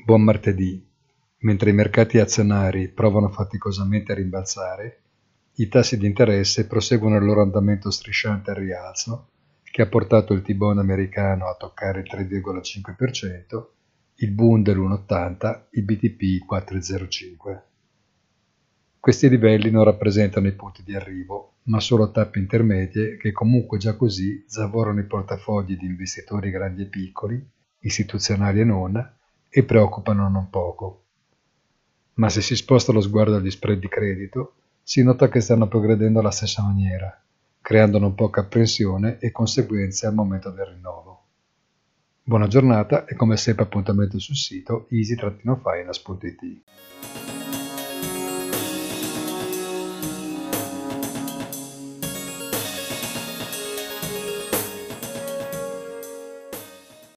Buon martedì. Mentre i mercati azionari provano faticosamente a rimbalzare, i tassi di interesse proseguono il loro andamento strisciante al rialzo, che ha portato il T-bond americano a toccare il 3,5%, il Bund l'1,80, il BTP 4,05. Questi livelli non rappresentano i punti di arrivo, ma solo tappe intermedie che comunque già così zavorano i portafogli di investitori grandi e piccoli, istituzionali e non, e preoccupano non poco. Ma se si sposta lo sguardo agli spread di credito, si nota che stanno progredendo alla stessa maniera, creando non poca apprensione e conseguenze al momento del rinnovo. Buona giornata e come sempre appuntamento sul sito easy-finance.it.